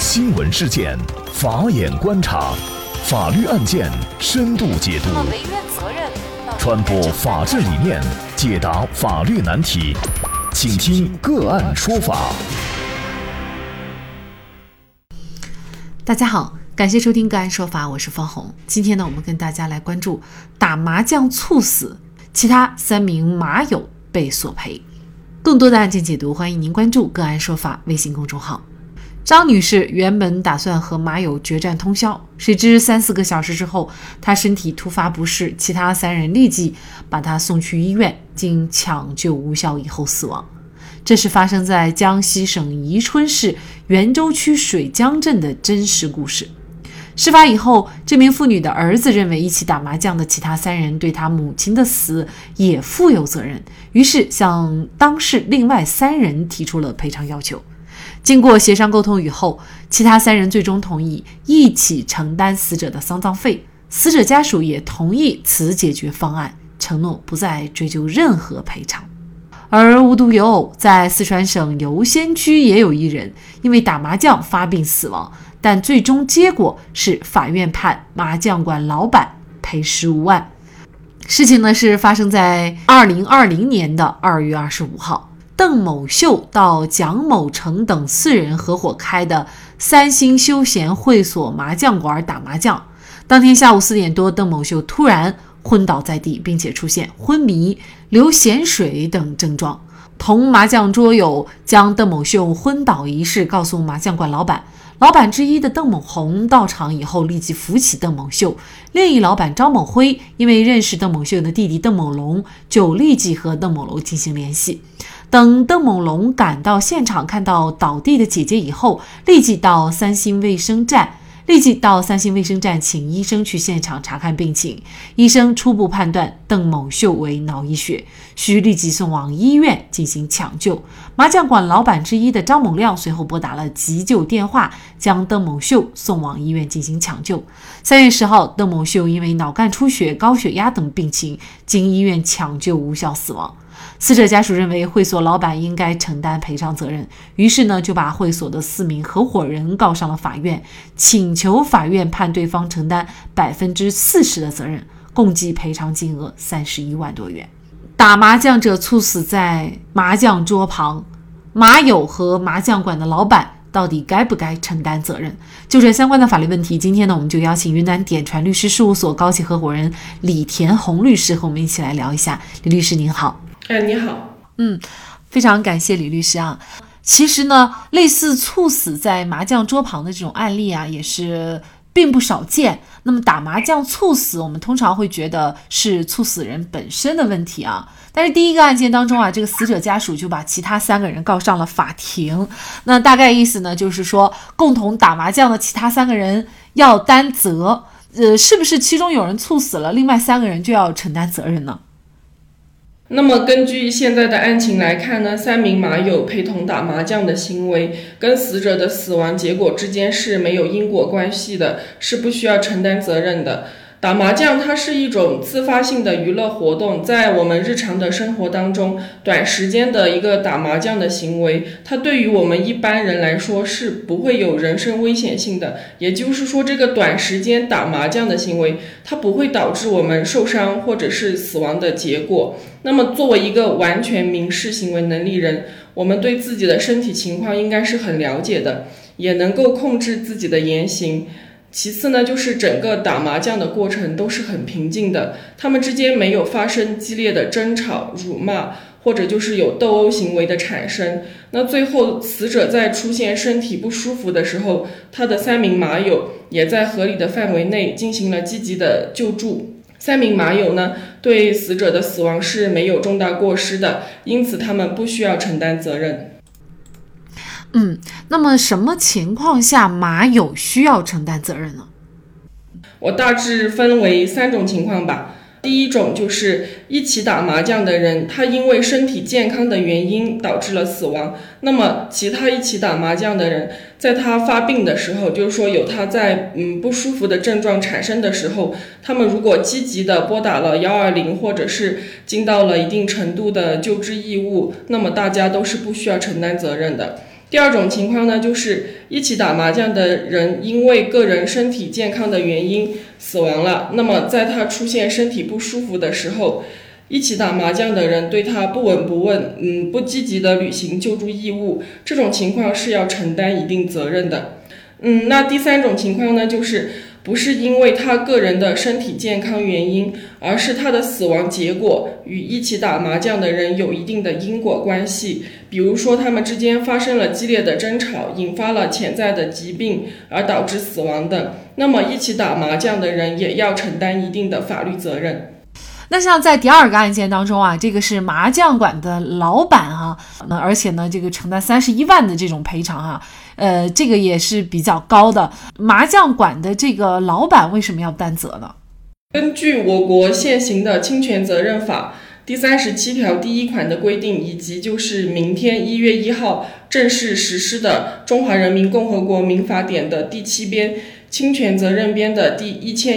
新闻事件，法眼观察，法律案件深度解读，传播法治理念，解答法律难题，请听个案说法。 大家好，感谢收听个案说法，我是方红。今天呢，我们跟大家来关注打麻将猝死，其他3名麻友被索赔。更多的案件解读，欢迎您关注个案说法微信公众号。张女士原本打算和麻友决战通宵，谁知3-4个小时之后，她身体突发不适，其他3人立即把她送去医院，经抢救无效以后死亡。这是发生在江西省宜春市袁州区水江镇的真实故事。事发以后，这名妇女的儿子认为一起打麻将的其他3人对她母亲的死也负有责任，于是向当事另外3人提出了赔偿要求。经过协商沟通以后，其他3人最终同意一起承担死者的丧葬费，死者家属也同意此解决方案，承诺不再追究任何赔偿。而无独有偶，在四川省游仙区也有1人因为打麻将发病死亡，但最终结果是法院判麻将馆老板赔15万。事情呢是发生在2020年的2月25号，邓某秀到蒋某成等4人合伙开的3星休闲会所麻将馆打麻将。当天下午4点多，邓某秀突然昏倒在地，并且出现昏迷、流涎水等症状。同麻将桌友将邓某秀昏倒一事告诉麻将馆老板，老板之一的邓某红到场以后立即扶起邓某秀，另一老板张某辉因为认识邓某秀的弟弟邓某龙，就立即和邓某龙进行联系。等邓某龙赶到现场，看到倒地的姐姐以后，立即到三星卫生站请医生去现场查看病情。医生初步判断邓某秀为脑溢血，需立即送往医院进行抢救。麻将馆老板之一的张某亮随后拨打了急救电话，将邓某秀送往医院进行抢救。3月10号，邓某秀因为脑干出血、高血压等病情，经医院抢救无效死亡。死者家属认为会所老板应该承担赔偿责任，于是呢就把会所的4名合伙人告上了法院，请求法院判对方承担40%的责任，共计赔偿金额31万多元。打麻将者猝死在麻将桌旁，麻友和麻将馆的老板到底该不该承担责任？就这相关的法律问题，今天呢我们就邀请云南典传律师事务所高级合伙人李田红律师和我们一起来聊一下。李律师您好。 你好。 非常感谢李律师啊。其实呢，类似猝死在麻将桌旁的这种案例啊，也是并不少见。那么打麻将猝死，我们通常会觉得是猝死人本身的问题啊。但是第一个案件当中啊，这个死者家属就把其他3个人告上了法庭。那大概意思呢，就是说共同打麻将的其他3个人要担责。是不是其中有人猝死了，另外3个人就要承担责任呢？ 那么根据现在的案情来看呢，3名麻友陪同打麻将的行为跟死者的死亡结果之间是没有因果关系的，是不需要承担责任的。打麻将它是一种自发性的娱乐活动，在我们日常的生活当中，短时间的一个打麻将的行为，它对于我们一般人来说是不会有人身危险性的。也就是说，这个短时间打麻将的行为，它不会导致我们受伤或者是死亡的结果。那么作为一个完全民事行为能力人，我们对自己的身体情况应该是很了解的，也能够控制自己的言行。其次呢，就是整个打麻将的过程都是很平静的，他们之间没有发生激烈的争吵、辱骂，或者就是有斗殴行为的产生。那最后死者在出现身体不舒服的时候，他的3名麻友也在合理的范围内进行了积极的救助。3名麻友呢，对死者的死亡是没有重大过失的，因此他们不需要承担责任。 那么什么情况下麻友需要承担责任呢？ 我大致分为3种情况吧。第一种就是一起打麻将的人，他因为身体健康的原因导致了死亡，那么其他一起打麻将的人，在他发病的时候，就是说有他在不舒服的症状产生的时候，他们如果积极的拨打了120，或者是尽到了一定程度的救治义务，那么大家都是不需要承担责任的。 第二种情况呢，就是一起打麻将的人因为个人身体健康的原因死亡了，那么在他出现身体不舒服的时候，一起打麻将的人对他不闻不问，不积极的履行救助义务，这种情况是要承担一定责任的。那第三种情况呢，就是不是因为他个人的身体健康原因，而是他的死亡结果与一起打麻将的人有一定的因果关系，比如说他们之间发生了激烈的争吵，引发了潜在的疾病而导致死亡的，那么一起打麻将的人也要承担一定的法律责任。 那像在第二个案件当中啊，这个是麻将馆的老板啊，而且呢，这个承担31万的这种赔偿啊，这个也是比较高的。麻将馆的这个老板为什么要担责呢？ 根据我国现行的侵权责任法第37条第1款的规定，以及就是明天1月1号正式实施的中华人民共和国民法典的第7编侵权责任编的第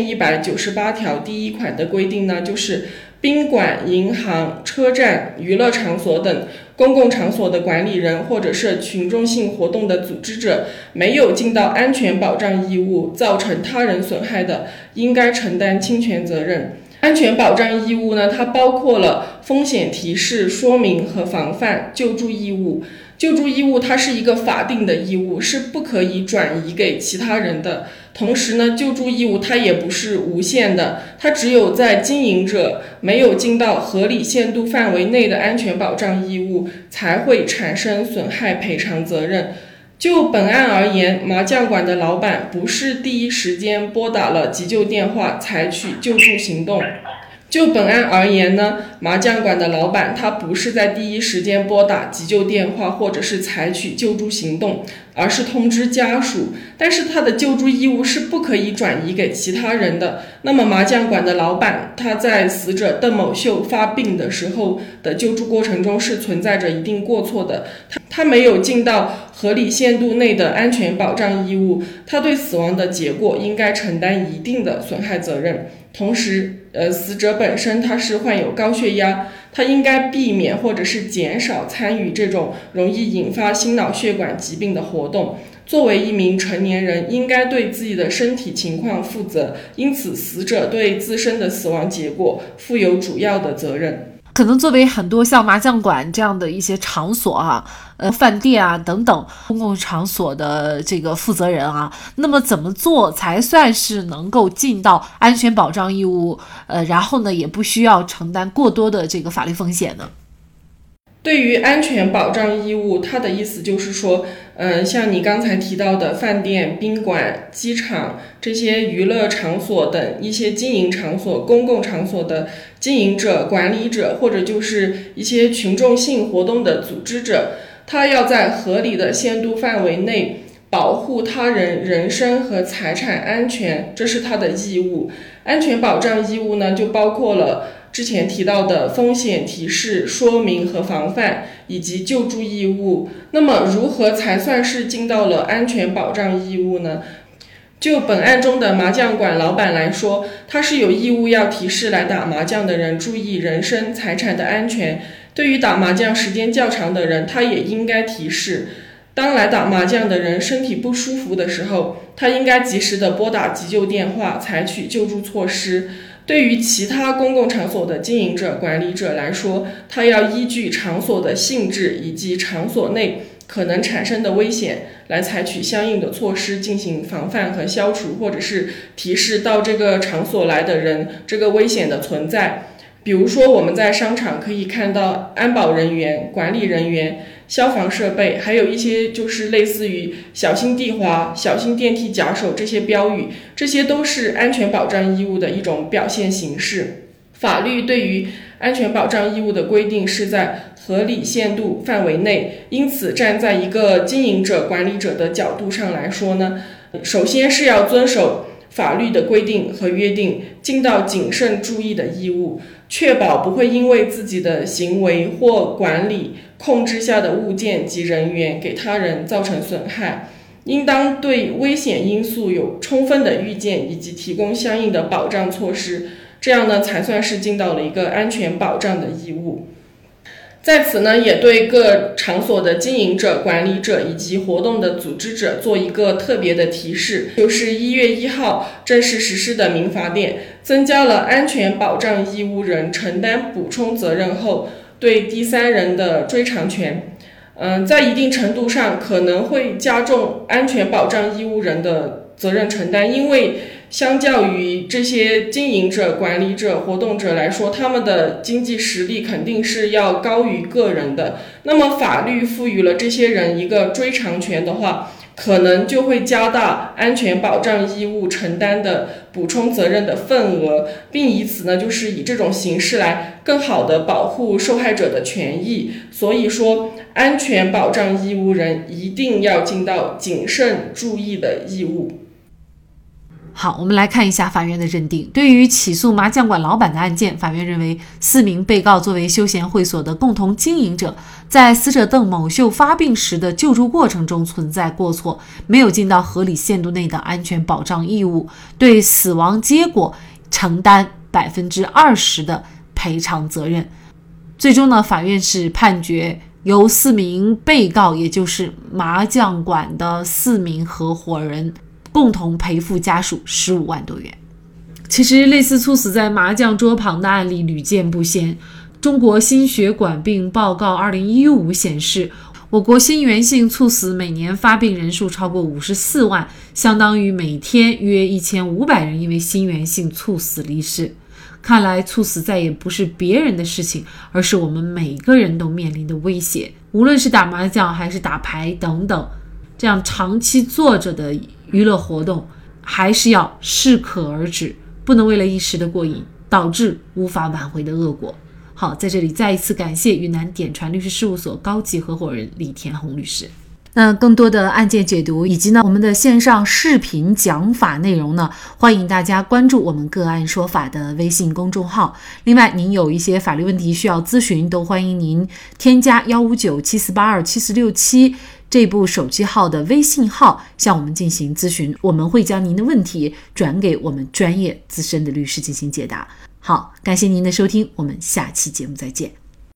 1198条第1款的规定呢，就是宾馆、银行、车站、娱乐场所等公共场所的管理人或者是群众性活动的组织者，没有尽到安全保障义务，造成他人损害的，应该承担侵权责任。安全保障义务呢，它包括了风险提示、说明和防范、救助义务。救助义务它是一个法定的义务，是不可以转移给其他人的。同时呢，救助义务它也不是无限的，它只有在经营者没有尽到合理限度范围内的安全保障义务，才会产生损害赔偿责任。就本案而言，麻将馆的老板不是第一时间拨打了急救电话采取救助行动。就本案而言呢，麻将馆的老板他不是在第一时间拨打急救电话或者是采取救助行动，而是通知家属，但是他的救助义务是不可以转移给其他人的。那么麻将馆的老板他在死者邓某秀发病的时候的救助过程中是存在着一定过错的，他没有尽到合理限度内的安全保障义务，他对死亡的结果应该承担一定的损害责任。同时死者本身他是患有高血压，他应该避免或者是减少参与这种容易引发心脑血管疾病的活动。作为一名成年人，应该对自己的身体情况负责，因此死者对自身的死亡结果负有主要的责任。 可能作为很多像麻将馆这样的一些场所啊，饭店啊等等公共场所的这个负责人啊，那么怎么做才算是能够尽到安全保障义务？然后呢，也不需要承担过多的这个法律风险呢？ 对于安全保障义务，它的意思就是说，像你刚才提到的饭店、宾馆、机场这些娱乐场所等一些经营场所、公共场所的经营者、管理者，或者就是一些群众性活动的组织者，他要在合理的限度范围内保护他人人身和财产安全，这是他的义务。安全保障义务呢，就包括了之前提到的风险提示、说明和防范，以及救助义务。那么如何才算是尽到了安全保障义务呢？就本案中的麻将馆老板来说，他是有义务要提示来打麻将的人注意人身财产的安全。对于打麻将时间较长的人，他也应该提示，当来打麻将的人身体不舒服的时候，他应该及时的拨打急救电话，采取救助措施。对于其他公共场所的经营者、管理者来说，他要依据场所的性质以及场所内可能产生的危险来采取相应的措施进行防范和消除，或者是提示到这个场所来的人这个危险的存在。比如说我们在商场可以看到安保人员、管理人员、消防设备，还有一些就是类似于小心地滑、小心电梯夹手这些标语，这些都是安全保障义务的一种表现形式。法律对于安全保障义务的规定是在合理限度范围内，因此站在一个经营者、管理者的角度上来说呢，首先是要遵守法律的规定和约定，尽到谨慎注意的义务，确保不会因为自己的行为或管理控制下的物件及人员给他人造成损害，应当对危险因素有充分的预见，以及提供相应的保障措施，这样呢才算是尽到了一个安全保障的义务。 在此呢，也对各场所的经营者、管理者以及活动的组织者做一个特别的提示，就是1月1号正式实施的民法典增加了安全保障义务人承担补充责任后对第三人的追偿权。在一定程度上可能会加重安全保障义务人的责任承担，因为相较于这些经营者、管理者、活动者来说，他们的经济实力肯定是要高于个人的。那么法律赋予了这些人一个追偿权的话，可能就会加大安全保障义务承担的补充责任的份额，并以此呢，就是以这种形式来更好的保护受害者的权益。所以说，安全保障义务人一定要尽到谨慎注意的义务。 好，我们来看一下法院的认定。对于起诉麻将馆老板的案件，法院认为4名被告作为休闲会所的共同经营者，在死者邓某秀发病时的救助过程中存在过错，没有尽到合理限度内的安全保障义务，对死亡结果承担20%的赔偿责任。最终呢，法院是判决由4名被告，也就是麻将馆的4名合伙人共同赔付家属15万多元。其实类似猝死在麻将桌旁的案例屡见不鲜。中国心血管病报告2015显示，我国心源性猝死每年发病人数超过54万，相当于每天约1500人因为心源性猝死离世。看来猝死再也不是别人的事情，而是我们每个人都面临的威胁。无论是打麻将还是打牌等等，这样长期坐着的娱乐活动还是要适可而止，不能为了一时的过瘾导致无法挽回的恶果。好，在这里再一次感谢云南典传律师事务所高级合伙人李田红律师。那更多的案件解读以及呢我们的线上视频讲法内容呢，欢迎大家关注我们个案说法的微信公众号。另外您有一些法律问题需要咨询，都欢迎您添加15974827467这部手机号的微信号向我们进行咨询，我们会将您的问题转给我们专业资深的律师进行解答。好，感谢您的收听，我们下期节目再见。